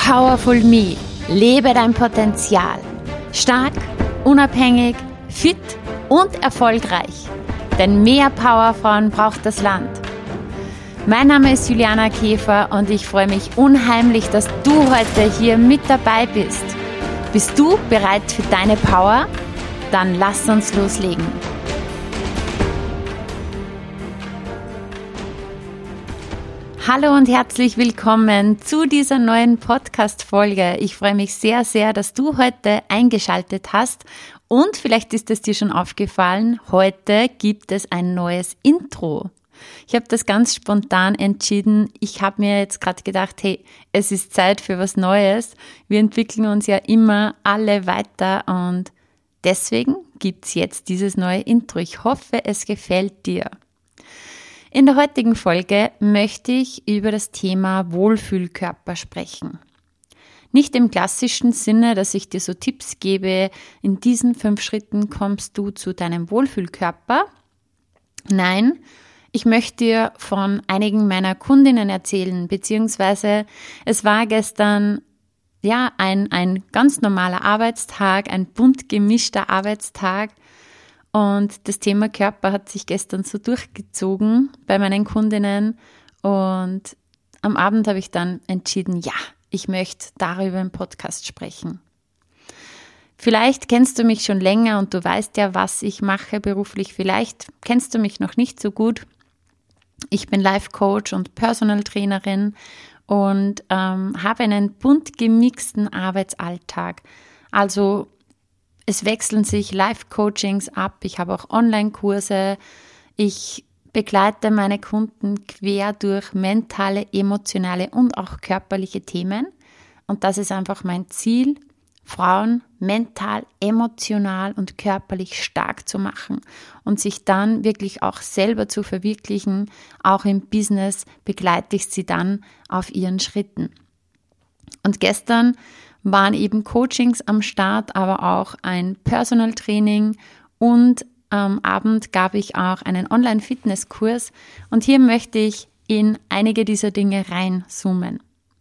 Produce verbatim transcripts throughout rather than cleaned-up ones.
Powerful Me. Lebe dein Potenzial. Stark, unabhängig, fit und erfolgreich. Denn mehr Powerfrauen braucht das Land. Mein Name ist Juliana Käfer und ich freue mich unheimlich, dass du heute hier mit dabei bist. Bist du bereit für deine Power? Dann lass uns loslegen. Hallo und herzlich willkommen zu dieser neuen Podcast-Folge. Ich freue mich sehr, sehr, dass du heute eingeschaltet hast und vielleicht ist es dir schon aufgefallen, heute gibt es ein neues Intro. Ich habe das ganz spontan entschieden. Ich habe mir jetzt gerade gedacht, hey, es ist Zeit für was Neues. Wir entwickeln uns ja immer alle weiter und deswegen gibt es jetzt dieses neue Intro. Ich hoffe, es gefällt dir. In der heutigen Folge möchte ich über das Thema Wohlfühlkörper sprechen. Nicht im klassischen Sinne, dass ich dir so Tipps gebe, in diesen fünf Schritten kommst du zu deinem Wohlfühlkörper. Nein, ich möchte dir von einigen meiner Kundinnen erzählen, beziehungsweise es war gestern ja ein, ein ganz normaler Arbeitstag, ein bunt gemischter Arbeitstag. Und das Thema Körper hat sich gestern so durchgezogen bei meinen Kundinnen und am Abend habe ich dann entschieden, ja, ich möchte darüber im Podcast sprechen. Vielleicht kennst du mich schon länger und du weißt ja, was ich mache beruflich. Vielleicht kennst du mich noch nicht so gut. Ich bin Life Coach und Personal Trainerin und ähm, habe einen bunt gemixten Arbeitsalltag. Also es wechseln sich Live-Coachings ab, ich habe auch Online-Kurse, ich begleite meine Kunden quer durch mentale, emotionale und auch körperliche Themen und das ist einfach mein Ziel, Frauen mental, emotional und körperlich stark zu machen und sich dann wirklich auch selber zu verwirklichen, auch im Business begleite ich sie dann auf ihren Schritten. Und gestern waren eben Coachings am Start, aber auch ein Personal Training und am Abend gab ich auch einen Online-Fitnesskurs und hier möchte ich in einige dieser Dinge reinzoomen.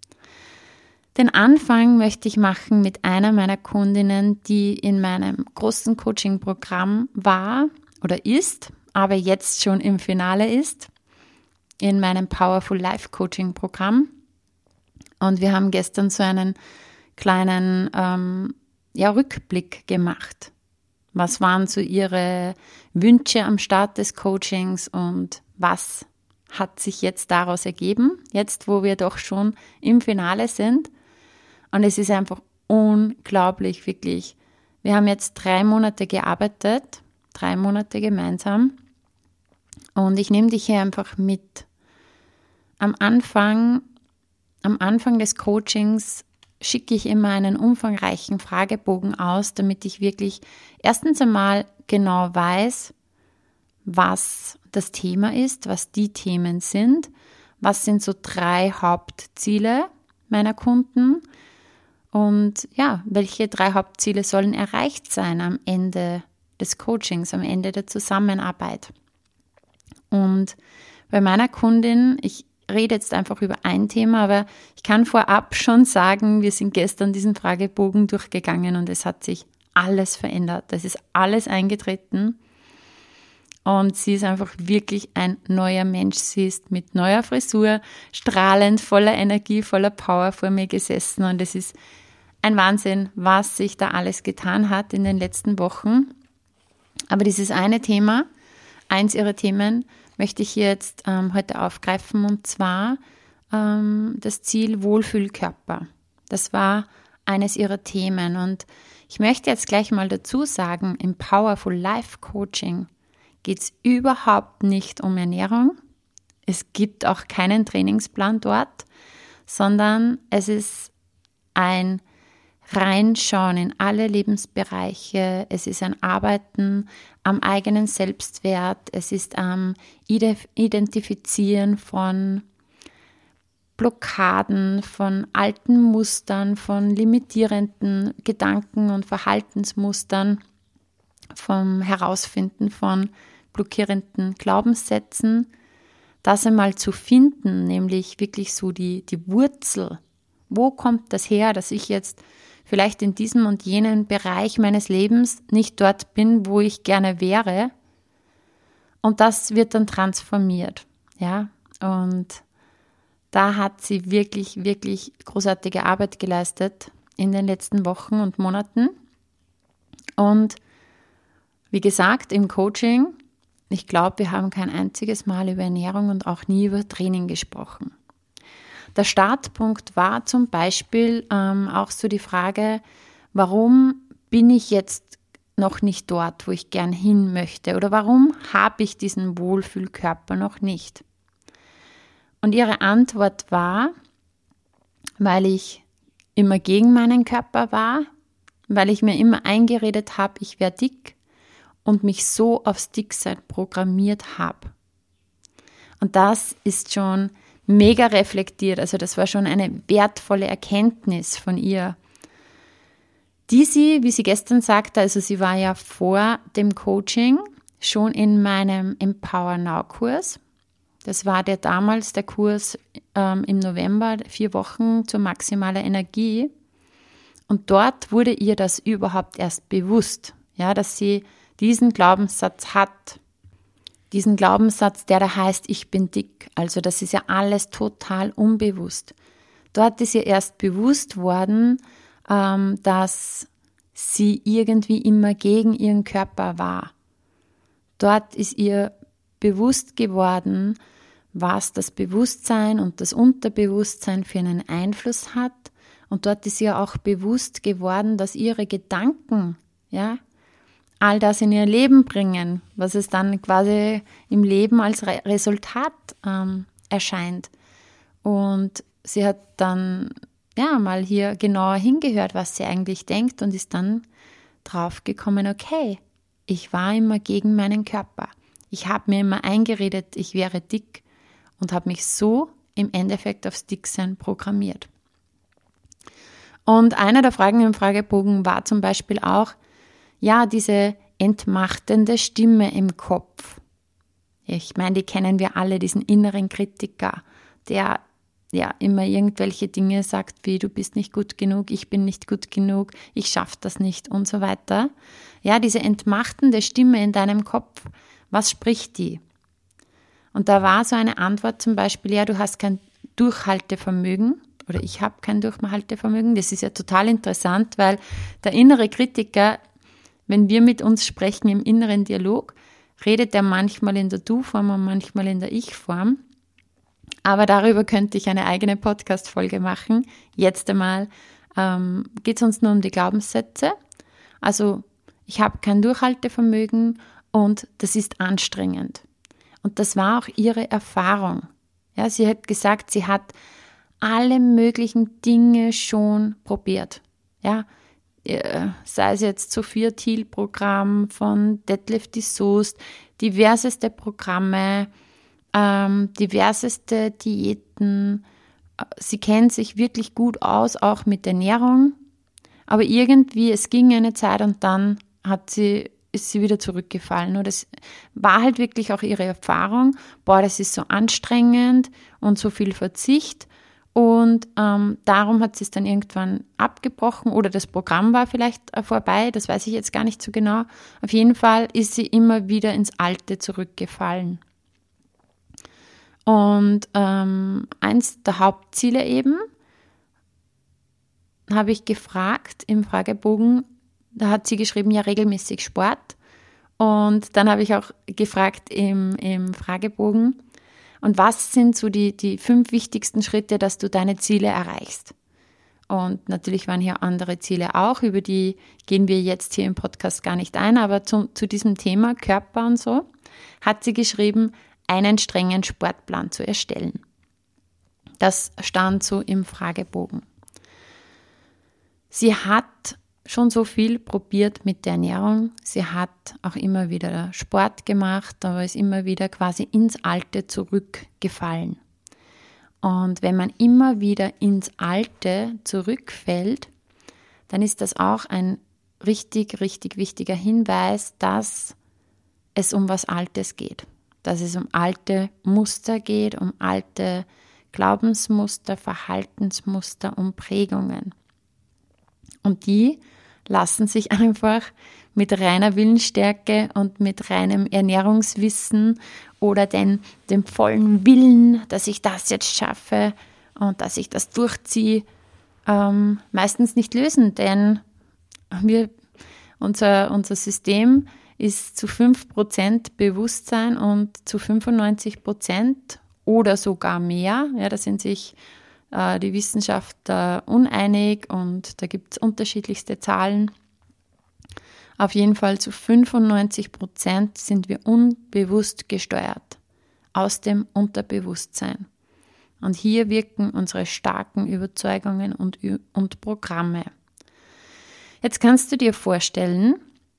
Den Anfang möchte ich machen mit einer meiner Kundinnen, die in meinem großen Coaching-Programm war oder ist, aber jetzt schon im Finale ist, in meinem Powerful Life Coaching-Programm. Und wir haben gestern so einen kleinen ähm, ja, Rückblick gemacht. Was waren so ihre Wünsche am Start des Coachings und was hat sich jetzt daraus ergeben, jetzt wo wir doch schon im Finale sind. Und es ist einfach unglaublich, wirklich. Wir haben jetzt drei Monate gearbeitet, drei Monate gemeinsam und ich nehme dich hier einfach mit. Am Anfang, am Anfang des Coachings schicke ich immer einen umfangreichen Fragebogen aus, damit ich wirklich erstens einmal genau weiß, was das Thema ist, was die Themen sind, was sind so drei Hauptziele meiner Kunden und ja, welche drei Hauptziele sollen erreicht sein am Ende des Coachings, am Ende der Zusammenarbeit. Und bei meiner Kundin, ich rede jetzt einfach über ein Thema, aber ich kann vorab schon sagen, wir sind gestern diesen Fragebogen durchgegangen und es hat sich alles verändert. Es ist alles eingetreten und sie ist einfach wirklich ein neuer Mensch. Sie ist mit neuer Frisur, strahlend, voller Energie, voller Power vor mir gesessen und es ist ein Wahnsinn, was sich da alles getan hat in den letzten Wochen. Aber dieses eine Thema, eins ihrer Themen, möchte ich hier jetzt ähm, heute aufgreifen und zwar ähm, das Ziel Wohlfühlkörper. Das war eines ihrer Themen und ich möchte jetzt gleich mal dazu sagen, im Powerful Life Coaching geht es überhaupt nicht um Ernährung. Es gibt auch keinen Trainingsplan dort, sondern es ist ein Reinschauen in alle Lebensbereiche, es ist ein Arbeiten am eigenen Selbstwert, es ist am Identifizieren von Blockaden, von alten Mustern, von limitierenden Gedanken und Verhaltensmustern, vom Herausfinden von blockierenden Glaubenssätzen, das einmal zu finden, nämlich wirklich so die, die Wurzel Wo kommt das her, dass ich jetzt vielleicht in diesem und jenen Bereich meines Lebens nicht dort bin, wo ich gerne wäre? Und das wird dann transformiert, ja. Und da hat sie wirklich, wirklich großartige Arbeit geleistet in den letzten Wochen und Monaten. Und wie gesagt, im Coaching, ich glaube, wir haben kein einziges Mal über Ernährung und auch nie über Training gesprochen. Der Startpunkt war zum Beispiel ähm, auch so die Frage, warum bin ich jetzt noch nicht dort, wo ich gern hin möchte? Oder warum habe ich diesen Wohlfühlkörper noch nicht? Und ihre Antwort war, weil ich immer gegen meinen Körper war, weil ich mir immer eingeredet habe, ich wäre dick und mich so aufs Dicksein programmiert habe. Und das ist schon mega reflektiert, also das war schon eine wertvolle Erkenntnis von ihr, die sie, wie sie gestern sagte, also sie war ja vor dem Coaching schon in meinem Empower Now Kurs. Das war der damals der Kurs ähm, im November, vier Wochen zur maximalen Energie. Und dort wurde ihr das überhaupt erst bewusst, ja, dass sie diesen Glaubenssatz hat. Diesen Glaubenssatz, der da heißt, ich bin dick. Also das ist ja alles total unbewusst. Dort ist ihr erst bewusst worden, ähm, dass sie irgendwie immer gegen ihren Körper war. Dort ist ihr bewusst geworden, was das Bewusstsein und das Unterbewusstsein für einen Einfluss hat. Und dort ist ihr auch bewusst geworden, dass ihre Gedanken, ja, all das in ihr Leben bringen, was es dann quasi im Leben als Re- Resultat ähm, erscheint. Und sie hat dann ja mal hier genauer hingehört, was sie eigentlich denkt und ist dann draufgekommen, okay, ich war immer gegen meinen Körper. Ich habe mir immer eingeredet, ich wäre dick und habe mich so im Endeffekt aufs Dicksein programmiert. Und eine der Fragen im Fragebogen war zum Beispiel auch, ja, diese entmachtende Stimme im Kopf. Ich meine, die kennen wir alle, diesen inneren Kritiker, der ja immer irgendwelche Dinge sagt, wie du bist nicht gut genug, ich bin nicht gut genug, ich schaffe das nicht und so weiter. Ja, diese entmachtende Stimme in deinem Kopf, was spricht die? Und da war so eine Antwort zum Beispiel, ja, du hast kein Durchhaltevermögen oder ich habe kein Durchhaltevermögen. Das ist ja total interessant, weil der innere Kritiker, wenn wir mit uns sprechen im inneren Dialog, redet er manchmal in der Du-Form und manchmal in der Ich-Form. Aber darüber könnte ich eine eigene Podcast-Folge machen. Jetzt einmal ähm, geht es uns nur um die Glaubenssätze. Also ich habe kein Durchhaltevermögen und das ist anstrengend. Und das war auch ihre Erfahrung. Ja, sie hat gesagt, sie hat alle möglichen Dinge schon probiert. Ja, sei es jetzt Sophia Thiel-Programm von Detlef de Soest, diverseste Programme, ähm, diverseste Diäten. Sie kennt sich wirklich gut aus, auch mit Ernährung. Aber irgendwie, es ging eine Zeit und dann hat sie, ist sie wieder zurückgefallen. Und es war halt wirklich auch ihre Erfahrung, boah, das ist so anstrengend und so viel Verzicht. Und ähm, darum hat sie es dann irgendwann abgebrochen oder das Programm war vielleicht äh, vorbei, das weiß ich jetzt gar nicht so genau. Auf jeden Fall ist sie immer wieder ins Alte zurückgefallen. Und ähm, eins der Hauptziele eben, habe ich gefragt im Fragebogen, da hat sie geschrieben, ja, regelmäßig Sport. Und dann habe ich auch gefragt im, im Fragebogen, und was sind so die, die fünf wichtigsten Schritte, dass du deine Ziele erreichst? Und natürlich waren hier andere Ziele auch, über die gehen wir jetzt hier im Podcast gar nicht ein, aber zu, zu diesem Thema Körper und so hat sie geschrieben, einen strengen Sportplan zu erstellen. Das stand so im Fragebogen. Sie hat schon so viel probiert mit der Ernährung. Sie hat auch immer wieder Sport gemacht, aber ist immer wieder quasi ins Alte zurückgefallen. Und wenn man immer wieder ins Alte zurückfällt, dann ist das auch ein richtig, richtig wichtiger Hinweis, dass es um was Altes geht. Dass es um alte Muster geht, um alte Glaubensmuster, Verhaltensmuster und Prägungen. Und die lassen sich einfach mit reiner Willensstärke und mit reinem Ernährungswissen oder den, dem vollen Willen, dass ich das jetzt schaffe und dass ich das durchziehe, ähm, meistens nicht lösen. Denn wir, unser, unser System ist zu fünf Prozent Bewusstsein und zu fünfundneunzig Prozent oder sogar mehr. Ja, da sind sich äh, die Wissenschaftler uneinig und da gibt es unterschiedlichste Zahlen. Auf jeden Fall zu fünfundneunzig Prozent sind wir unbewusst gesteuert aus dem Unterbewusstsein. Und hier wirken unsere starken Überzeugungen und, und Programme. Jetzt kannst du dir vorstellen,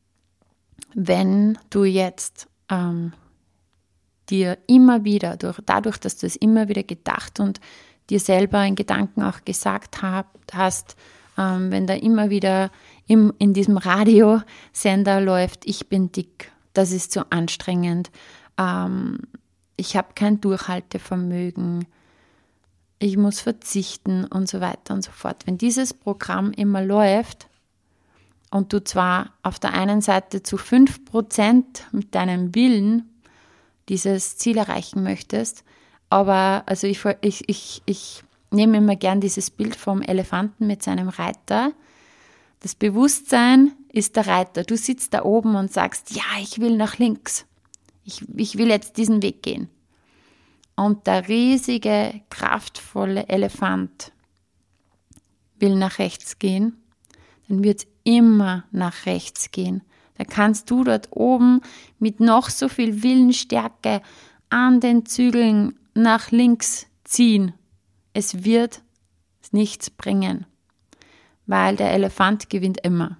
wenn du jetzt ähm, dir immer wieder, durch, dadurch, dass du es immer wieder gedacht und dir selber in Gedanken auch gesagt hab, hast, ähm, wenn da immer wieder im, in diesem Radiosender läuft, ich bin dick, das ist so anstrengend, ähm, ich habe kein Durchhaltevermögen, ich muss verzichten und so weiter und so fort. Wenn dieses Programm immer läuft, und du zwar auf der einen Seite zu fünf Prozent mit deinem Willen dieses Ziel erreichen möchtest, aber also ich, ich, ich, ich nehme immer gern dieses Bild vom Elefanten mit seinem Reiter. Das Bewusstsein ist der Reiter. Du sitzt da oben und sagst, ja, ich will nach links. Ich, ich will jetzt diesen Weg gehen. Und der riesige, kraftvolle Elefant will nach rechts gehen. Dann wird es immer nach rechts gehen. Da kannst du dort oben mit noch so viel Willensstärke an den Zügeln nach links ziehen. Es wird nichts bringen, weil der Elefant gewinnt immer.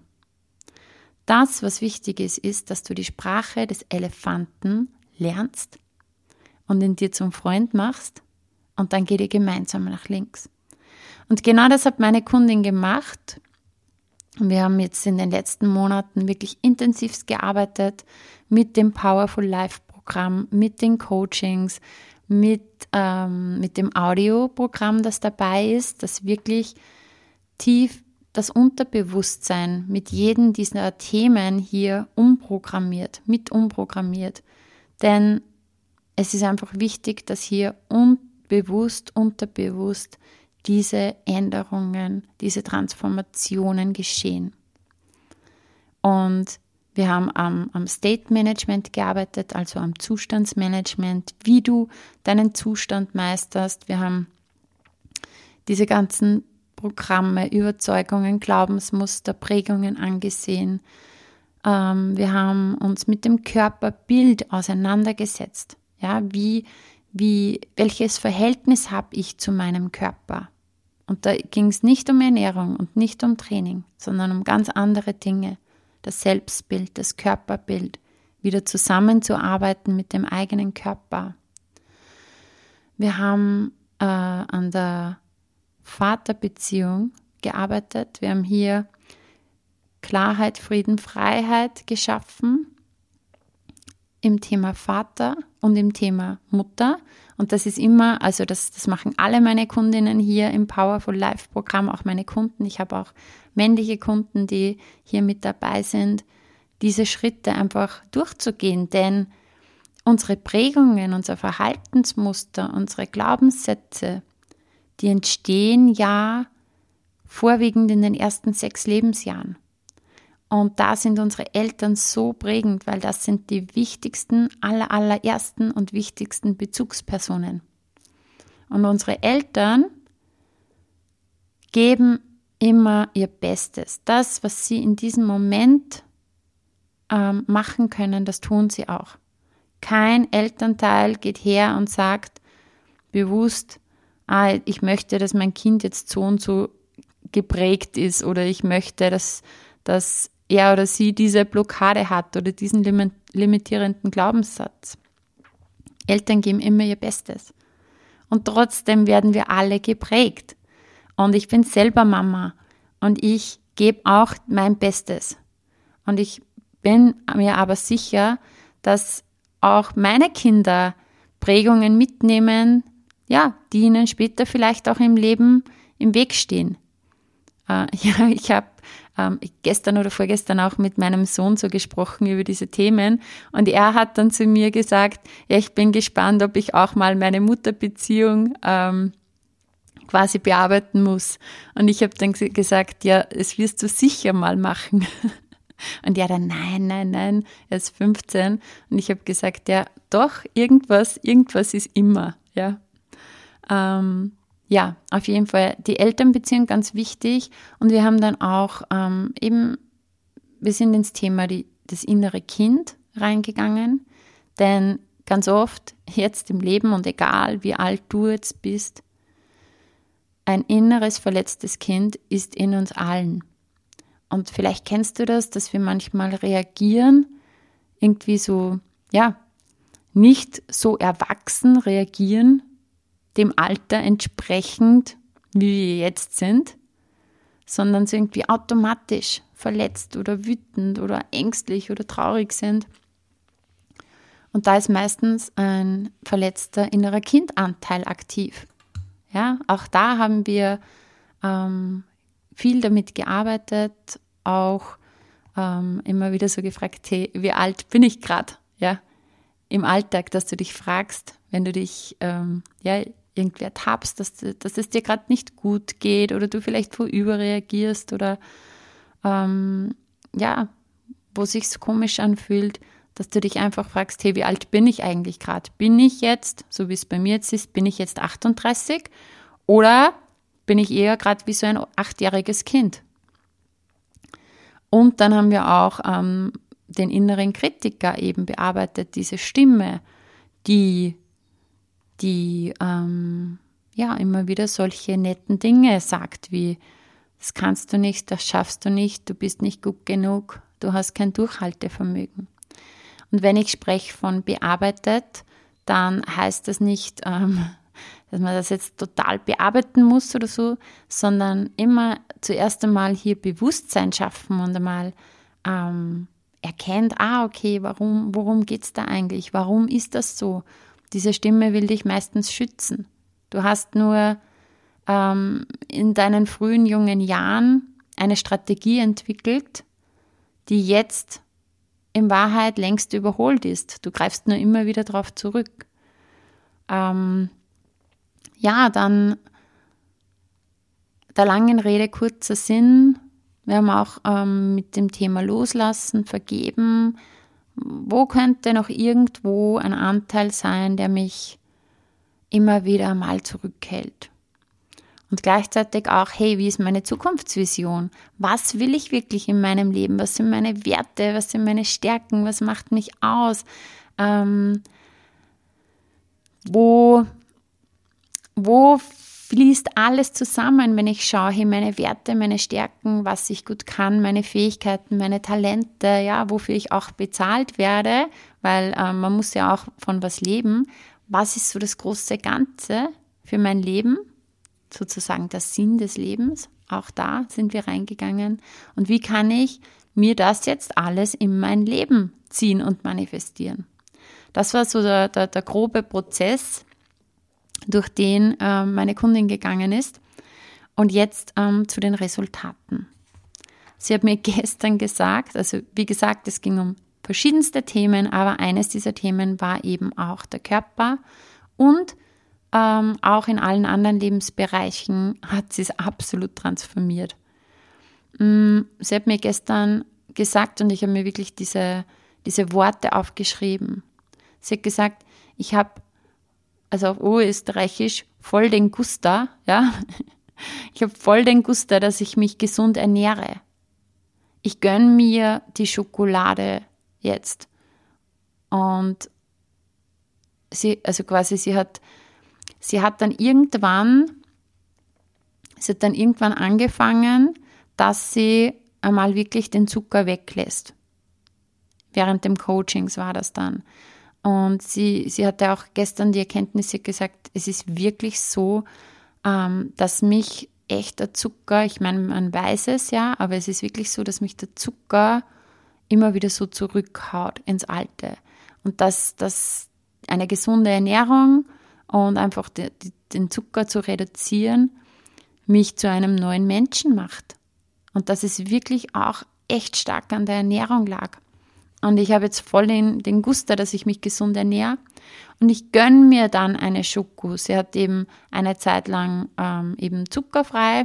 Das, was wichtig ist, ist, dass du die Sprache des Elefanten lernst und ihn dir zum Freund machst und dann geht ihr gemeinsam nach links. Und genau das hat meine Kundin gemacht. Wir haben jetzt in den letzten Monaten wirklich intensivst gearbeitet mit dem Powerful Life Programm, mit den Coachings, mit, ähm, mit dem Audioprogramm, das dabei ist, das wirklich tief das Unterbewusstsein mit jedem dieser Themen hier umprogrammiert, mit umprogrammiert. Denn es ist einfach wichtig, dass hier unbewusst, unterbewusst diese Änderungen, diese Transformationen geschehen. Und wir haben am, am State Management gearbeitet, also am Zustandsmanagement, wie du deinen Zustand meisterst. Wir haben diese ganzen Programme, Überzeugungen, Glaubensmuster, Prägungen angesehen. Ähm, wir haben uns mit dem Körperbild auseinandergesetzt. Ja, wie Wie, welches Verhältnis habe ich zu meinem Körper? Und da ging es nicht um Ernährung und nicht um Training, sondern um ganz andere Dinge. Das Selbstbild, das Körperbild, wieder zusammenzuarbeiten mit dem eigenen Körper. Wir haben äh, an der Vaterbeziehung gearbeitet. Wir haben hier Klarheit, Frieden, Freiheit geschaffen im Thema Vater und im Thema Mutter. Und das ist immer, also das, das machen alle meine Kundinnen hier im Powerful Life Programm, auch meine Kunden. Ich habe auch männliche Kunden, die hier mit dabei sind, diese Schritte einfach durchzugehen. Denn unsere Prägungen, unser Verhaltensmuster, unsere Glaubenssätze, die entstehen ja vorwiegend in den ersten sechs Lebensjahren. Und da sind unsere Eltern so prägend, weil das sind die wichtigsten, aller, allerersten und wichtigsten Bezugspersonen. Und unsere Eltern geben immer ihr Bestes. Das, was sie in diesem Moment ähm, machen können, das tun sie auch. Kein Elternteil geht her und sagt bewusst, ah, ich möchte, dass mein Kind jetzt so und so geprägt ist oder ich möchte, dass, dass er oder sie diese Blockade hat oder diesen limitierenden Glaubenssatz. Eltern geben immer ihr Bestes. Und trotzdem werden wir alle geprägt. Und ich bin selber Mama und ich gebe auch mein Bestes. Und ich bin mir aber sicher, dass auch meine Kinder Prägungen mitnehmen, ja, die ihnen später vielleicht auch im Leben im Weg stehen. Äh, ja, ich habe ähm, gestern oder vorgestern auch mit meinem Sohn so gesprochen über diese Themen und er hat dann zu mir gesagt, ja, ich bin gespannt, ob ich auch mal meine Mutterbeziehung ähm, quasi bearbeiten muss. Und ich habe dann gesagt, ja, das wirst du sicher mal machen. Und er dann, nein, nein, nein, er ist fünfzehn. Und ich habe gesagt, ja, doch, irgendwas, irgendwas ist immer, ja. Ähm, ja, auf jeden Fall die Elternbeziehung ganz wichtig. Und wir haben dann auch ähm, eben, wir sind ins Thema die, das innere Kind reingegangen. Denn ganz oft jetzt im Leben und egal wie alt du jetzt bist, ein inneres verletztes Kind ist in uns allen. Und vielleicht kennst du das, dass wir manchmal reagieren, irgendwie so, ja, nicht so erwachsen reagieren, dem Alter entsprechend, wie wir jetzt sind, sondern so irgendwie automatisch verletzt oder wütend oder ängstlich oder traurig sind. Und da ist meistens ein verletzter innerer Kindanteil aktiv. Ja, auch da haben wir ähm, viel damit gearbeitet, auch ähm, immer wieder so gefragt, hey, wie alt bin ich gerade? Ja, im Alltag, dass du dich fragst, wenn du dich ähm, ja, irgendwie ertappst, dass, dass es dir gerade nicht gut geht oder du vielleicht wo überreagierst oder ähm, ja, wo es sich komisch anfühlt, dass du dich einfach fragst, hey, wie alt bin ich eigentlich gerade? Bin ich jetzt, so wie es bei mir jetzt ist, bin ich jetzt achtunddreißig oder bin ich eher gerade wie so ein achtjähriges Kind? Und dann haben wir auch ähm, den inneren Kritiker eben bearbeitet, diese Stimme, die, die ähm, ja immer wieder solche netten Dinge sagt, wie das kannst du nicht, das schaffst du nicht, du bist nicht gut genug, du hast kein Durchhaltevermögen. Und wenn ich spreche von bearbeitet, dann heißt das nicht, ähm, dass man das jetzt total bearbeiten muss oder so, sondern immer zuerst einmal hier Bewusstsein schaffen und einmal ähm, erkennt, ah, okay, warum, worum geht es da eigentlich? Warum ist das so? Diese Stimme will dich meistens schützen. Du hast nur ähm, in deinen frühen, jungen Jahren eine Strategie entwickelt, die jetzt in Wahrheit längst überholt ist. Du greifst nur immer wieder darauf zurück. Ähm, ja, dann der langen Rede kurzer Sinn. Wir haben auch ähm, mit dem Thema Loslassen, Vergeben. Wo könnte noch irgendwo ein Anteil sein, der mich immer wieder mal zurückhält? Und gleichzeitig auch, hey, wie ist meine Zukunftsvision? Was will ich wirklich in meinem Leben? Was sind meine Werte? Was sind meine Stärken? Was macht mich aus? Ähm, wo, wo fließt alles zusammen, wenn ich schaue, hey, meine Werte, meine Stärken, was ich gut kann, meine Fähigkeiten, meine Talente, ja, wofür ich auch bezahlt werde, weil äh, man muss ja auch von was leben. Was ist so das große Ganze für mein Leben? Sozusagen der Sinn des Lebens. Auch da sind wir reingegangen. Und wie kann ich mir das jetzt alles in mein Leben ziehen und manifestieren? Das war so der, der, der grobe Prozess, durch den äh, meine Kundin gegangen ist. Und jetzt ähm, zu den Resultaten. Sie hat mir gestern gesagt, also wie gesagt, es ging um verschiedenste Themen, aber eines dieser Themen war eben auch der Körper und Ähm, auch in allen anderen Lebensbereichen hat sie es absolut transformiert. Mm, sie hat mir gestern gesagt, und ich habe mir wirklich diese, diese Worte aufgeschrieben. Sie hat gesagt, ich habe, also auf Österreichisch, voll den Guster, ja. Ich habe voll den Guster, dass ich mich gesund ernähre. Ich gönne mir die Schokolade jetzt. Und sie, also quasi, sie hat Sie hat dann irgendwann, sie hat dann irgendwann angefangen, dass sie einmal wirklich den Zucker weglässt. Während dem Coachings war das dann. Und sie, sie hatte auch gestern die Erkenntnisse gesagt, es ist wirklich so, ähm, dass mich echt der Zucker, ich meine, man weiß es ja, aber es ist wirklich so, dass mich der Zucker immer wieder so zurückhaut ins Alte. Und dass, dass eine gesunde Ernährung und einfach die, die, den Zucker zu reduzieren, mich zu einem neuen Menschen macht. Und dass es wirklich auch echt stark an der Ernährung lag. Und ich habe jetzt voll den, den Guster, dass ich mich gesund ernähre. Und ich gönne mir dann eine Schoko. Sie hat eben eine Zeit lang ähm, eben zuckerfrei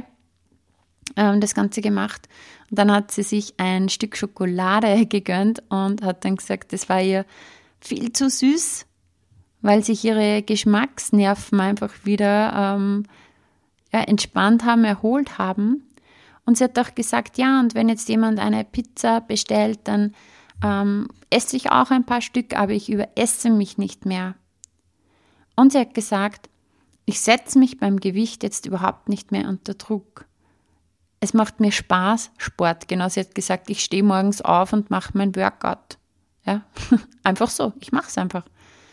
ähm, das Ganze gemacht. Und dann hat sie sich ein Stück Schokolade gegönnt und hat dann gesagt, das war ihr viel zu süß, weil sich ihre Geschmacksnerven einfach wieder ähm, ja, entspannt haben, erholt haben. Und sie hat auch gesagt, ja, und wenn jetzt jemand eine Pizza bestellt, dann ähm, esse ich auch ein paar Stück, aber ich überesse mich nicht mehr. Und sie hat gesagt, ich setze mich beim Gewicht jetzt überhaupt nicht mehr unter Druck. Es macht mir Spaß, Sport. Genau, sie hat gesagt, ich stehe morgens auf und mache mein Workout. Ja, einfach so, ich mache es einfach.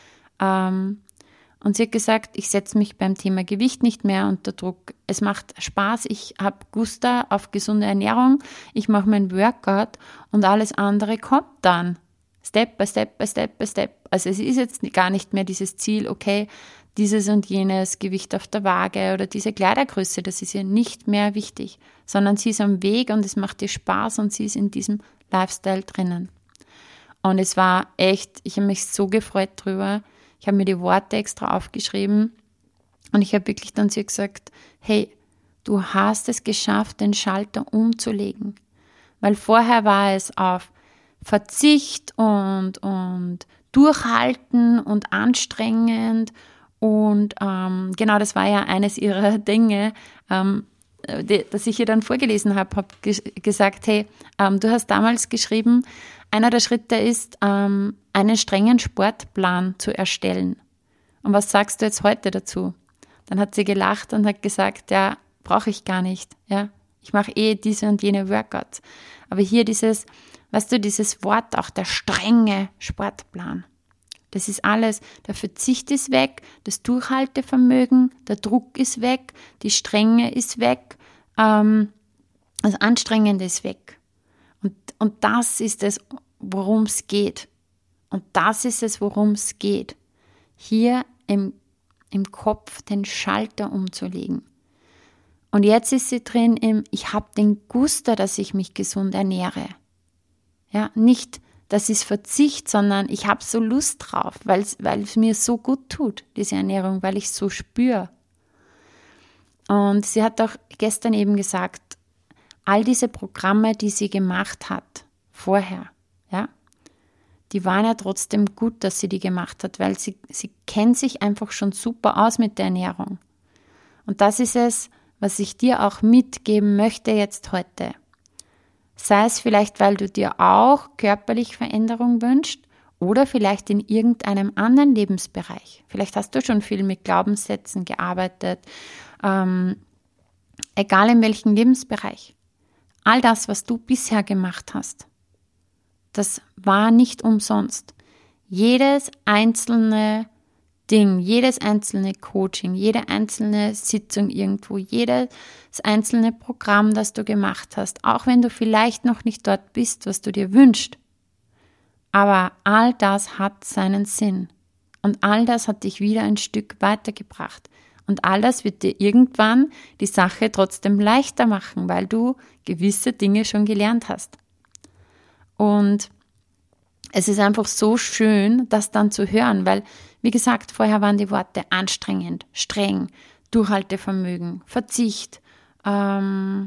Ähm, Und sie hat gesagt, ich setze mich beim Thema Gewicht nicht mehr unter Druck. Es macht Spaß, ich habe Gusta auf gesunde Ernährung, ich mache mein Workout und alles andere kommt dann. Step by Step by Step by Step. Also es ist jetzt gar nicht mehr dieses Ziel, okay, dieses und jenes Gewicht auf der Waage oder diese Kleidergröße, das ist ihr nicht mehr wichtig, sondern sie ist am Weg und es macht ihr Spaß und sie ist in diesem Lifestyle drinnen. Und es war echt, ich habe mich so gefreut drüber. Ich habe mir die Worte extra aufgeschrieben und ich habe wirklich dann zu ihr gesagt, hey, du hast es geschafft, den Schalter umzulegen. Weil vorher war es auf Verzicht und, und Durchhalten und anstrengend und ähm, genau, das war ja eines ihrer Dinge, ähm, die, das ich ihr dann vorgelesen habe, habe ge- gesagt, hey, ähm, du hast damals geschrieben, einer der Schritte ist, ähm, einen strengen Sportplan zu erstellen. Und was sagst du jetzt heute dazu? Dann hat sie gelacht und hat gesagt, ja, brauche ich gar nicht. Ja, ich mache eh diese und jene Workouts. Aber hier dieses, weißt du, dieses Wort auch, der strenge Sportplan. Das ist alles, der Verzicht ist weg, das Durchhaltevermögen, der Druck ist weg, die Strenge ist weg, ähm, das Anstrengende ist weg. Und, und das ist es, worum es geht. Und das ist es, worum es geht. Hier im, im Kopf den Schalter umzulegen. Und jetzt ist sie drin im, ich habe den Guster, dass ich mich gesund ernähre. Ja, nicht, das ist Verzicht, sondern ich habe so Lust drauf, weil es mir so gut tut, diese Ernährung, weil ich es so spüre. Und sie hat auch gestern eben gesagt, all diese Programme, die sie gemacht hat, vorher, ja, die waren ja trotzdem gut, dass sie die gemacht hat, weil sie, sie kennt sich einfach schon super aus mit der Ernährung. Und das ist es, was ich dir auch mitgeben möchte jetzt heute. Sei es vielleicht, weil du dir auch körperlich Veränderung wünschst oder vielleicht in irgendeinem anderen Lebensbereich. Vielleicht hast du schon viel mit Glaubenssätzen gearbeitet, ähm, egal in welchem Lebensbereich. All das, was du bisher gemacht hast, das war nicht umsonst. Jedes einzelne Ding, jedes einzelne Coaching, jede einzelne Sitzung irgendwo, jedes einzelne Programm, das du gemacht hast, auch wenn du vielleicht noch nicht dort bist, was du dir wünschst. Aber all das hat seinen Sinn. Und all das hat dich wieder ein Stück weitergebracht. Und all das wird dir irgendwann die Sache trotzdem leichter machen, weil du gewisse Dinge schon gelernt hast. Und es ist einfach so schön, das dann zu hören, weil, wie gesagt, vorher waren die Worte anstrengend, streng, Durchhaltevermögen, Verzicht ähm,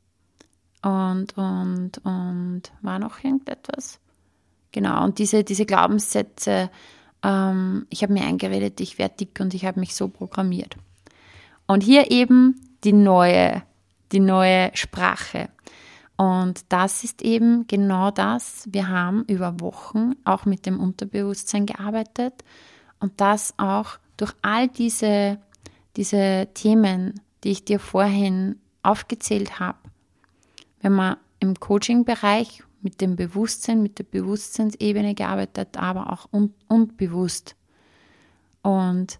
und, und, und war noch irgendetwas? Genau, und diese, diese Glaubenssätze, ähm, ich habe mir eingeredet, ich werde dick und ich habe mich so programmiert. Und hier eben die neue, die neue Sprache. Und das ist eben genau das. Wir haben über Wochen auch mit dem Unterbewusstsein gearbeitet und das auch durch all diese, diese Themen, die ich dir vorhin aufgezählt habe. Wenn man im Coaching-Bereich mit dem Bewusstsein, mit der Bewusstseinsebene gearbeitet, aber auch un- unbewusst. Und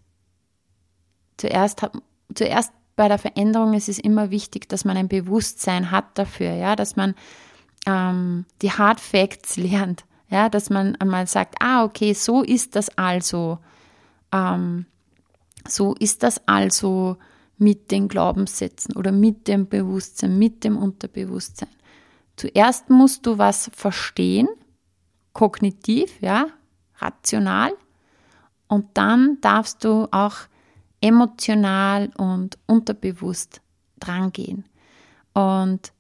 zuerst, zuerst bei der Veränderung ist es immer wichtig, dass man ein Bewusstsein hat dafür, ja, dass man ähm, die Hard Facts lernt, ja, dass man einmal sagt, ah, okay, so ist das also. Ähm, So ist das also mit den Glaubenssätzen oder mit dem Bewusstsein, mit dem Unterbewusstsein. Zuerst musst du was verstehen, kognitiv, ja, rational, und dann darfst du auch emotional und unterbewusst drangehen. Und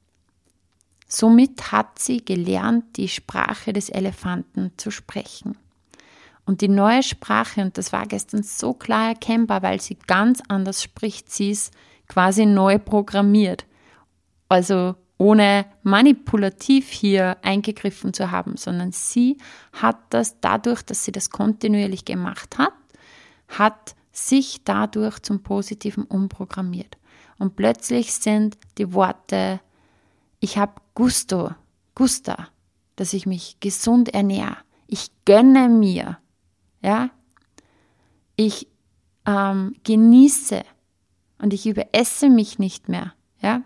somit hat sie gelernt, die Sprache des Elefanten zu sprechen. Und die neue Sprache, und das war gestern so klar erkennbar, weil sie ganz anders spricht, sie ist quasi neu programmiert. Also ohne manipulativ hier eingegriffen zu haben, sondern sie hat das dadurch, dass sie das kontinuierlich gemacht hat, hat sich dadurch zum Positiven umprogrammiert. Und plötzlich sind die Worte, ich habe Gusto, Gusta, dass ich mich gesund ernähre, ich gönne mir, ja, ich ähm, genieße und ich überesse mich nicht mehr, ja.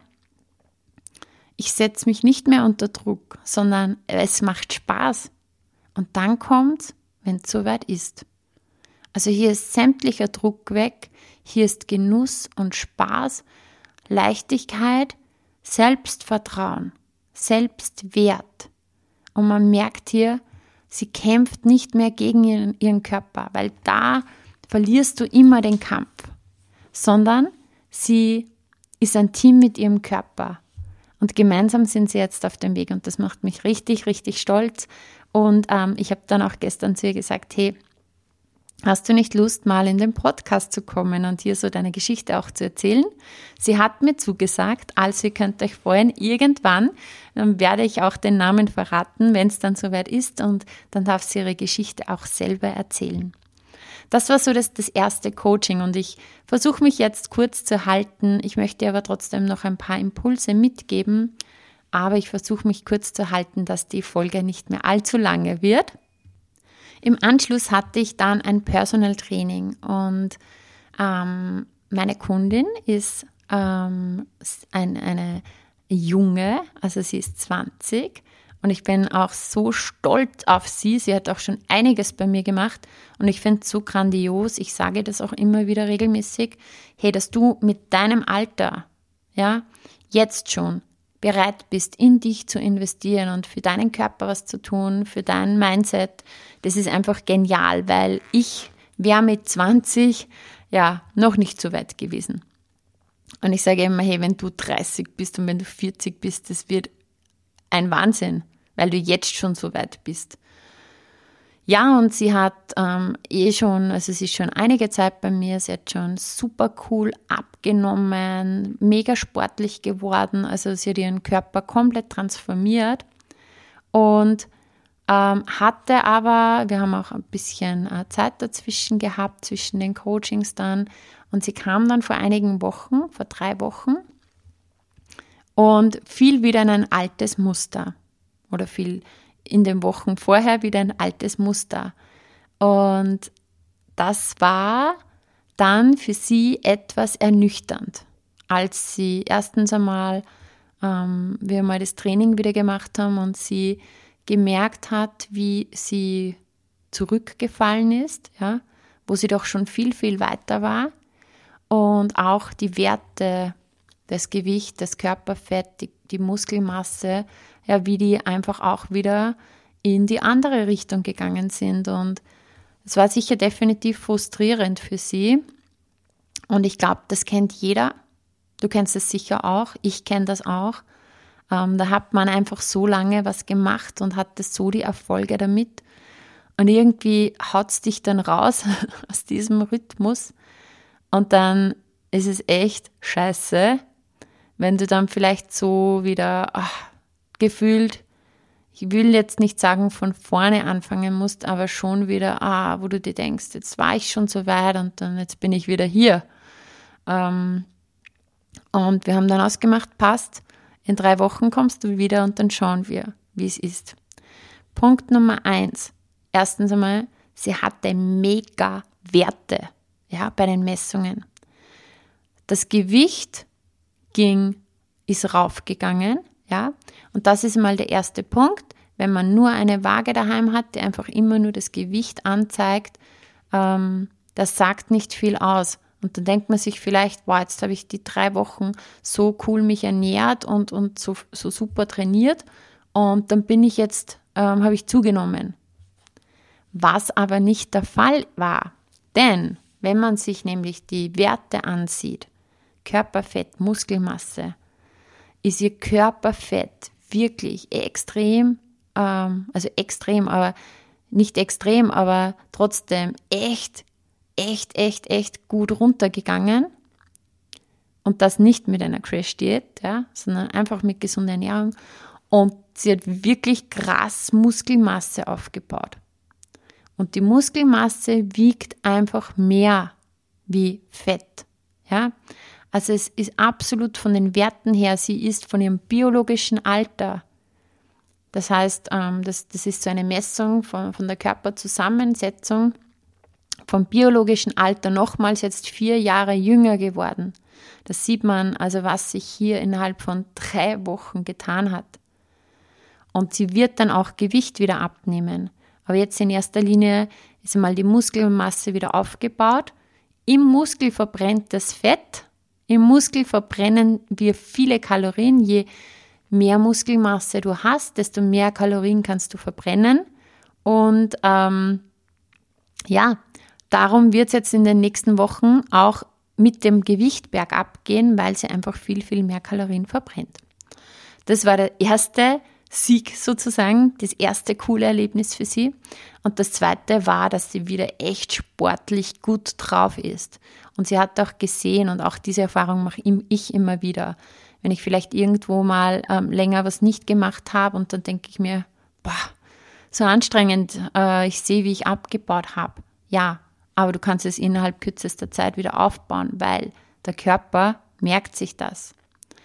Ich setze mich nicht mehr unter Druck, sondern es macht Spaß. Und dann kommt, wenn es soweit ist. Also hier ist sämtlicher Druck weg, hier ist Genuss und Spaß, Leichtigkeit, Selbstvertrauen, Selbstwert. Und man merkt hier, sie kämpft nicht mehr gegen ihren, ihren Körper, weil da verlierst du immer den Kampf, sondern sie ist ein Team mit ihrem Körper. Und gemeinsam sind sie jetzt auf dem Weg und das macht mich richtig, richtig stolz. Und ähm, ich habe dann auch gestern zu ihr gesagt, hey, hast du nicht Lust, mal in den Podcast zu kommen und hier so deine Geschichte auch zu erzählen? Sie hat mir zugesagt, also ihr könnt euch freuen, irgendwann dann werde ich auch den Namen verraten, wenn es dann soweit ist, und dann darf sie ihre Geschichte auch selber erzählen. Das war so das, das erste Coaching und ich versuche mich jetzt kurz zu halten. Ich möchte aber trotzdem noch ein paar Impulse mitgeben, aber ich versuche mich kurz zu halten, dass die Folge nicht mehr allzu lange wird. Im Anschluss hatte ich dann ein Personal Training und ähm, meine Kundin ist ähm, ein, eine Junge, also sie ist zwanzig. Und ich bin auch so stolz auf sie. Sie hat auch schon einiges bei mir gemacht. Und ich finde es so grandios. Ich sage das auch immer wieder regelmäßig. Hey, dass du mit deinem Alter, ja, jetzt schon bereit bist, in dich zu investieren und für deinen Körper was zu tun, für dein Mindset. Das ist einfach genial, weil ich wäre mit zwanzig, ja, noch nicht so weit gewesen. Und ich sage immer, hey, wenn du dreißig bist und wenn du vierzig bist, das wird ein Wahnsinn, weil du jetzt schon so weit bist. Ja, und sie hat ähm, eh schon, also sie ist schon einige Zeit bei mir, sie hat schon super cool abgenommen, mega sportlich geworden, also sie hat ihren Körper komplett transformiert und ähm, hatte aber, wir haben auch ein bisschen äh, Zeit dazwischen gehabt, zwischen den Coachings dann, und sie kam dann vor einigen Wochen, vor drei Wochen, und fiel wieder in ein altes Muster oder fiel in den Wochen vorher wieder ein altes Muster. Und das war dann für sie etwas ernüchternd, als sie erstens einmal, ähm, wir mal das Training wieder gemacht haben und sie gemerkt hat, wie sie zurückgefallen ist, ja, wo sie doch schon viel, viel weiter war, und auch die Werte, das Gewicht, das Körperfett, die, die Muskelmasse, ja, wie die einfach auch wieder in die andere Richtung gegangen sind. Und es war sicher definitiv frustrierend für sie. Und ich glaube, das kennt jeder. Du kennst es sicher auch. Ich kenne das auch. Ähm, da hat man einfach so lange was gemacht und hatte so die Erfolge damit. Und irgendwie haut es dich dann raus aus diesem Rhythmus. Und dann ist es echt scheiße, wenn du dann vielleicht so wieder ach, gefühlt, ich will jetzt nicht sagen, von vorne anfangen musst, aber schon wieder, ah, wo du dir denkst, jetzt war ich schon so weit und dann jetzt bin ich wieder hier. Ähm, und wir haben dann ausgemacht, passt, in drei Wochen kommst du wieder und dann schauen wir, wie es ist. Punkt Nummer eins. Erstens einmal, sie hatte mega Werte, ja, bei den Messungen. Das Gewicht ging, ist raufgegangen, ja, und das ist mal der erste Punkt. Wenn man nur eine Waage daheim hat, die einfach immer nur das Gewicht anzeigt, ähm, das sagt nicht viel aus, Und dann denkt man sich vielleicht, wow, jetzt habe ich die drei Wochen so cool mich ernährt und, und so, so super trainiert und dann bin ich jetzt, ähm, habe ich zugenommen. Was aber nicht der Fall war. Denn wenn man sich nämlich die Werte ansieht, Körperfett, Muskelmasse, ist ihr Körperfett wirklich extrem, ähm, also extrem, aber nicht extrem, aber trotzdem echt, echt, echt, echt gut runtergegangen. Und das nicht mit einer Crash-Diät, ja, sondern einfach mit gesunder Ernährung. Und sie hat wirklich krass Muskelmasse aufgebaut. Und die Muskelmasse wiegt einfach mehr wie Fett. Ja? Also es ist absolut von den Werten her, sie ist von ihrem biologischen Alter. Das heißt, das, das ist so eine Messung von, von der Körperzusammensetzung, vom biologischen Alter nochmals jetzt vier Jahre jünger geworden. Das sieht man, also was sich hier innerhalb von drei Wochen getan hat. Und sie wird dann auch Gewicht wieder abnehmen. Aber jetzt in erster Linie ist einmal die Muskelmasse wieder aufgebaut. Im Muskel verbrennt das Fett. Im Muskel verbrennen wir viele Kalorien. Je mehr Muskelmasse du hast, desto mehr Kalorien kannst du verbrennen. Und ähm, ja, darum wird es jetzt in den nächsten Wochen auch mit dem Gewicht bergab gehen, weil sie einfach viel, viel mehr Kalorien verbrennt. Das war der erste Sieg sozusagen, das erste coole Erlebnis für sie. Und das zweite war, dass sie wieder echt sportlich gut drauf ist. Und sie hat auch gesehen, und auch diese Erfahrung mache ich immer wieder, wenn ich vielleicht irgendwo mal ähm, länger was nicht gemacht habe und dann denke ich mir, boah, so anstrengend, äh, ich sehe, wie ich abgebaut habe. Ja, aber du kannst es innerhalb kürzester Zeit wieder aufbauen, weil der Körper merkt sich das.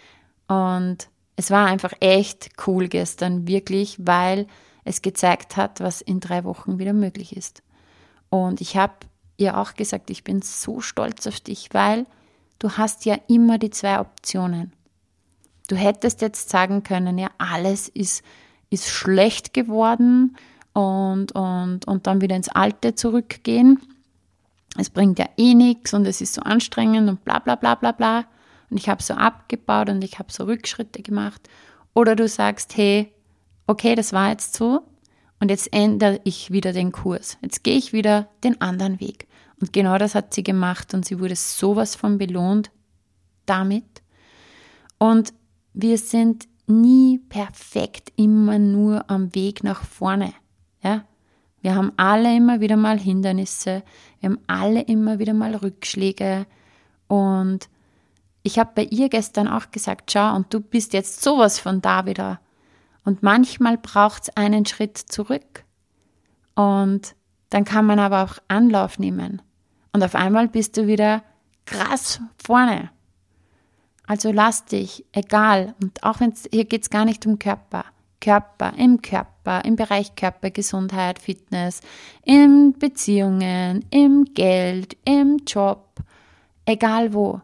Und es war einfach echt cool gestern, wirklich, weil es gezeigt hat, was in drei Wochen wieder möglich ist. Und ich habe ihr auch gesagt, ich bin so stolz auf dich, weil du hast ja immer die zwei Optionen. Du hättest jetzt sagen können, ja, alles ist, ist schlecht geworden und, und, und dann wieder ins Alte zurückgehen. Es bringt ja eh nichts und es ist so anstrengend und bla bla bla bla bla. Und ich habe so abgebaut und ich habe so Rückschritte gemacht. Oder du sagst, hey, okay, das war jetzt so und jetzt ändere ich wieder den Kurs. Jetzt gehe ich wieder den anderen Weg. Und genau das hat sie gemacht und sie wurde sowas von belohnt damit. Und wir sind nie perfekt immer nur am Weg nach vorne. Ja? Wir haben alle immer wieder mal Hindernisse, wir haben alle immer wieder mal Rückschläge und ich habe bei ihr gestern auch gesagt, schau, und du bist jetzt sowas von da wieder. Und manchmal braucht es einen Schritt zurück. Und dann kann man aber auch Anlauf nehmen. Und auf einmal bist du wieder krass vorne. Also lass dich, egal. Und auch wenn es, hier geht es gar nicht um Körper. Körper, im Körper, im Bereich Körpergesundheit, Fitness, in Beziehungen, im Geld, im Job, egal wo.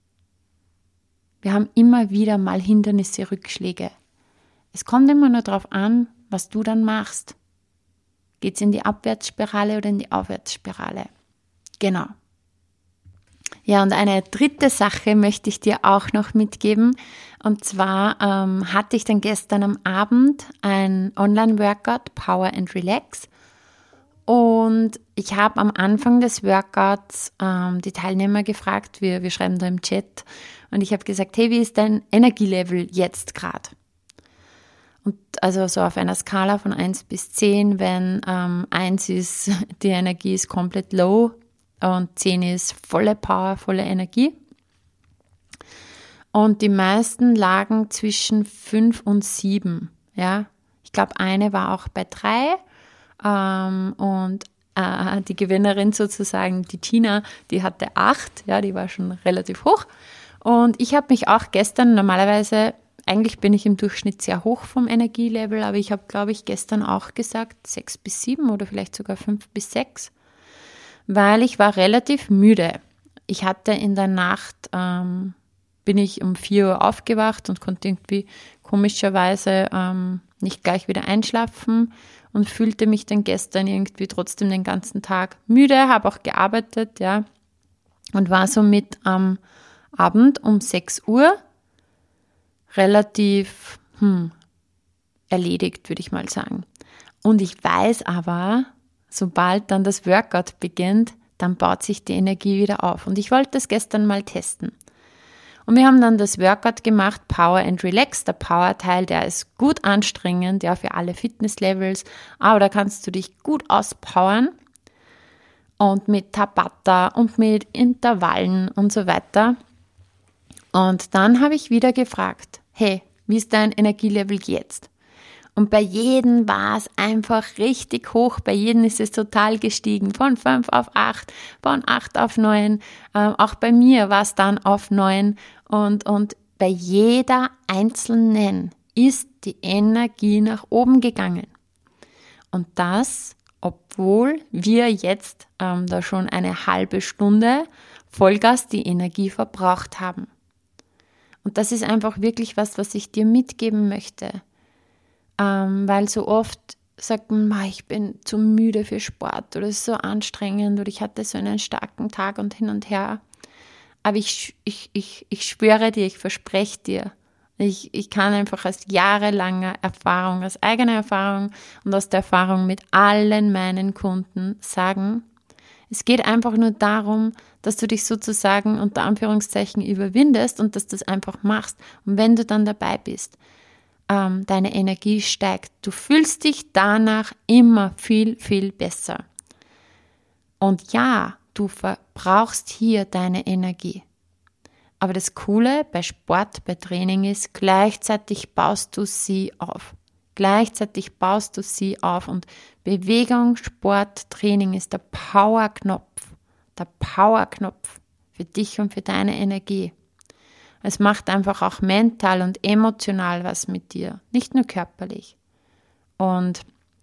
Wir haben immer wieder mal Hindernisse, Rückschläge. Es kommt immer nur darauf an, was du dann machst. Geht es in die Abwärtsspirale oder in die Aufwärtsspirale? Genau. Ja, und eine dritte Sache möchte ich dir auch noch mitgeben. Und zwar ähm, hatte ich dann gestern am Abend ein Online-Workout, Power and Relax. Und ich habe am Anfang des Workouts ähm, die Teilnehmer gefragt, wir, wir schreiben da im Chat, und ich habe gesagt, hey, wie ist dein Energielevel jetzt gerade? Und also so auf einer Skala von eins bis zehn, wenn ähm, eins ist, die Energie ist komplett low und zehn ist volle Power, volle Energie. Und die meisten lagen zwischen fünf und sieben. Ja? Ich glaube, eine war auch bei drei. Ähm, und äh, die Gewinnerin sozusagen, die Tina, die hatte acht. Ja, die war schon relativ hoch. Und ich habe mich auch gestern, normalerweise, eigentlich bin ich im Durchschnitt sehr hoch vom Energielevel, aber ich habe, glaube ich, gestern auch gesagt sechs bis sieben oder vielleicht sogar fünf bis sechs, weil ich war relativ müde. Ich hatte in der Nacht, ähm, bin ich um vier Uhr aufgewacht und konnte irgendwie komischerweise ähm, nicht gleich wieder einschlafen und fühlte mich dann gestern irgendwie trotzdem den ganzen Tag müde, habe auch gearbeitet, ja. und war somit am Abend um sechs Uhr relativ hm, erledigt, würde ich mal sagen. Und ich weiß aber, sobald dann das Workout beginnt, dann baut sich die Energie wieder auf. Und ich wollte das gestern mal testen. Und wir haben dann das Workout gemacht, Power and Relax. Der Power-Teil, der ist gut anstrengend, ja, für alle Fitnesslevels. Aber da kannst du dich gut auspowern. Und mit Tabata und mit Intervallen und so weiter. Und dann habe ich wieder gefragt, hey, wie ist dein Energielevel jetzt? Und bei jedem war es einfach richtig hoch, bei jedem ist es total gestiegen, von fünf auf acht, von acht auf neun, ähm, auch bei mir war es dann auf neun und, und bei jeder einzelnen ist die Energie nach oben gegangen. Und das, obwohl wir jetzt ähm, da schon eine halbe Stunde Vollgas die Energie verbraucht haben. Und das ist einfach wirklich was, was ich dir mitgeben möchte. Ähm, weil so oft sagt man, ich bin zu müde für Sport oder es ist so anstrengend oder ich hatte so einen starken Tag und hin und her. Aber ich, ich, ich, ich schwöre dir, ich verspreche dir, ich, ich kann einfach aus jahrelanger Erfahrung, aus eigener Erfahrung und aus der Erfahrung mit allen meinen Kunden sagen, es geht einfach nur darum, dass du dich sozusagen unter Anführungszeichen überwindest und dass du das einfach machst. Und wenn du dann dabei bist, ähm, deine Energie steigt. Du fühlst dich danach immer viel, viel besser. Und ja, du verbrauchst hier deine Energie. Aber das Coole bei Sport, bei Training ist, gleichzeitig baust du sie auf. Gleichzeitig baust du sie auf und Bewegung, Sport, Training ist der Powerknopf, der Powerknopf für dich und für deine Energie. Es macht einfach auch mental und emotional was mit dir, nicht nur körperlich. Und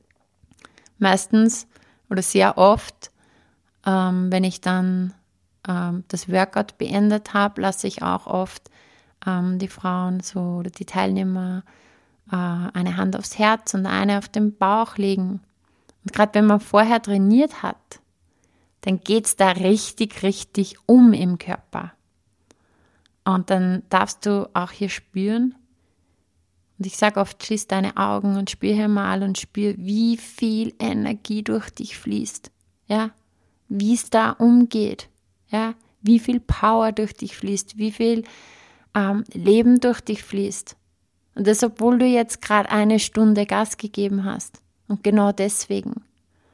meistens oder sehr oft, ähm, wenn ich dann ähm, das Workout beendet habe, lasse ich auch oft ähm, die Frauen so oder die Teilnehmer eine Hand aufs Herz und eine auf den Bauch legen. Und gerade wenn man vorher trainiert hat, dann geht es da richtig, richtig um im Körper. Und dann darfst du auch hier spüren. Und ich sage oft, schließ deine Augen und spür hier mal und spür, wie viel Energie durch dich fließt. Ja, wie es da umgeht. Ja, wie viel Power durch dich fließt, wie viel ähm, Leben durch dich fließt. Und das, obwohl du jetzt gerade eine Stunde Gas gegeben hast. Und genau deswegen.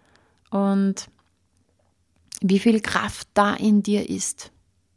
Und wie viel Kraft da in dir ist.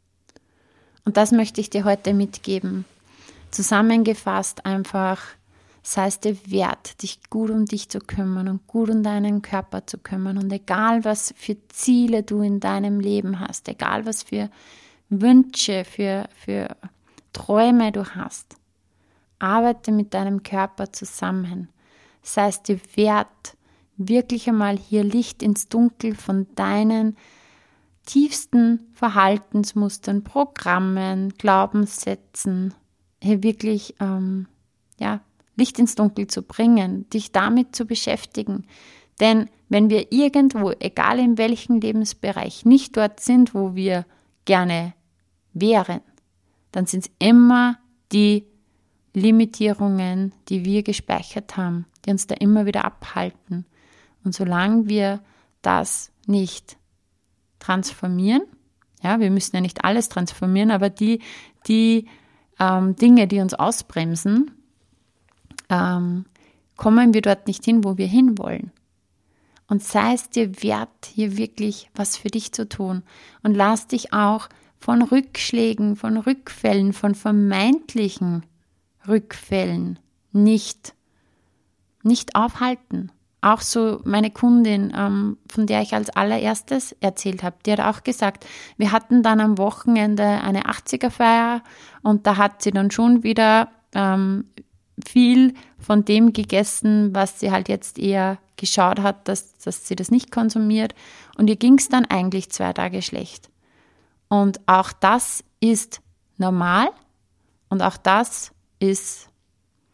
Und das möchte ich dir heute mitgeben. Zusammengefasst einfach, sei es dir wert, dich gut um dich zu kümmern und gut um deinen Körper zu kümmern. Und egal, was für Ziele du in deinem Leben hast, egal, was für Wünsche, für, für Träume du hast, arbeite mit deinem Körper zusammen. Sei es dir wert, wirklich einmal hier Licht ins Dunkel von deinen tiefsten Verhaltensmustern, Programmen, Glaubenssätzen, hier wirklich ähm, ja, Licht ins Dunkel zu bringen, dich damit zu beschäftigen. Denn wenn wir irgendwo, egal in welchem Lebensbereich, nicht dort sind, wo wir gerne wären, dann sind es immer die Limitierungen, die wir gespeichert haben, die uns da immer wieder abhalten. Und solange wir das nicht transformieren, ja, wir müssen ja nicht alles transformieren, aber die, die ähm, Dinge, die uns ausbremsen, ähm, kommen wir dort nicht hin, wo wir hinwollen. Und sei es dir wert, hier wirklich was für dich zu tun. Und lass dich auch von Rückschlägen, von Rückfällen, von vermeintlichen Rückfällen nicht, nicht aufhalten. Auch so meine Kundin, ähm, von der ich als allererstes erzählt habe, die hat auch gesagt, wir hatten dann am Wochenende eine achtziger-Feier und da hat sie dann schon wieder ähm, viel von dem gegessen, was sie halt jetzt eher geschaut hat, dass, dass sie das nicht konsumiert. Und ihr ging es dann eigentlich zwei Tage schlecht. Und auch das ist normal und auch das ist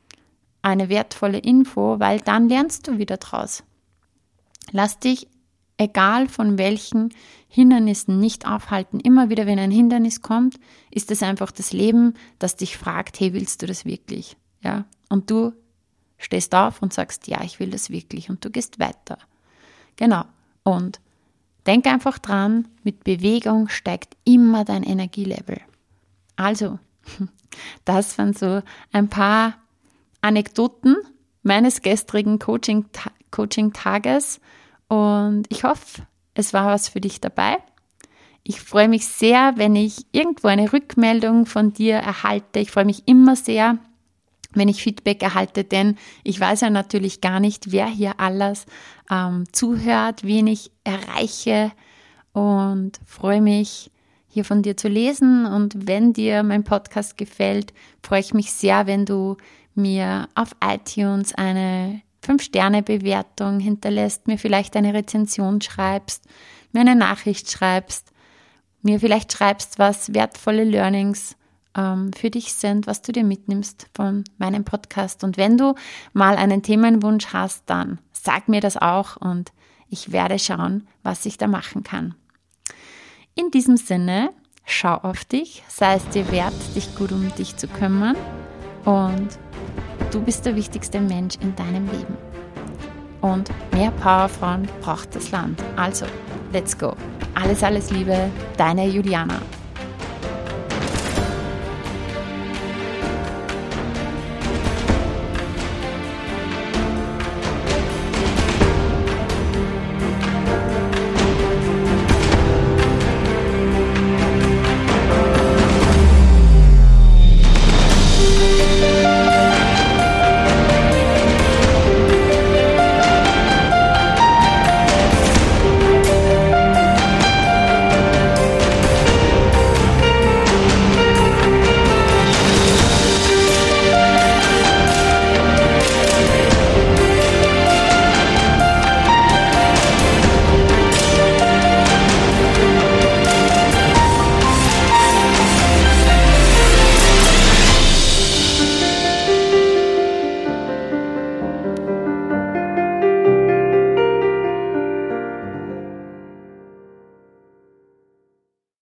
eine wertvolle Info, weil dann lernst du wieder draus. Lass dich egal von welchen Hindernissen, nicht aufhalten. Immer wieder, wenn ein Hindernis kommt, ist es einfach das Leben, das dich fragt, hey, willst du das wirklich? Ja? Und du stehst auf und sagst, ja, ich will das wirklich. Und du gehst weiter. Genau. Und denk einfach dran, mit Bewegung steigt immer dein Energielevel. Also, das waren so ein paar Anekdoten meines gestrigen Coaching, Coaching-Tages und ich hoffe, es war was für dich dabei. Ich freue mich sehr, wenn ich irgendwo eine Rückmeldung von dir erhalte. Ich freue mich immer sehr, wenn ich Feedback erhalte, denn ich weiß ja natürlich gar nicht, wer hier alles ähm, zuhört, wen ich erreiche und freue mich, hier von dir zu lesen. Und wenn dir mein Podcast gefällt, freue ich mich sehr, wenn du mir auf iTunes eine fünf Sterne Bewertung hinterlässt, mir vielleicht eine Rezension schreibst, mir eine Nachricht schreibst, mir vielleicht schreibst, was wertvolle Learnings ähm, für dich sind, was du dir mitnimmst von meinem Podcast. Und wenn du mal einen Themenwunsch hast, dann sag mir das auch und ich werde schauen, was ich da machen kann. In diesem Sinne, schau auf dich, sei es dir wert, dich gut um dich zu kümmern und du bist der wichtigste Mensch in deinem Leben. Und mehr Powerfrauen braucht das Land. Also, let's go. Alles, alles Liebe, deine Juliana.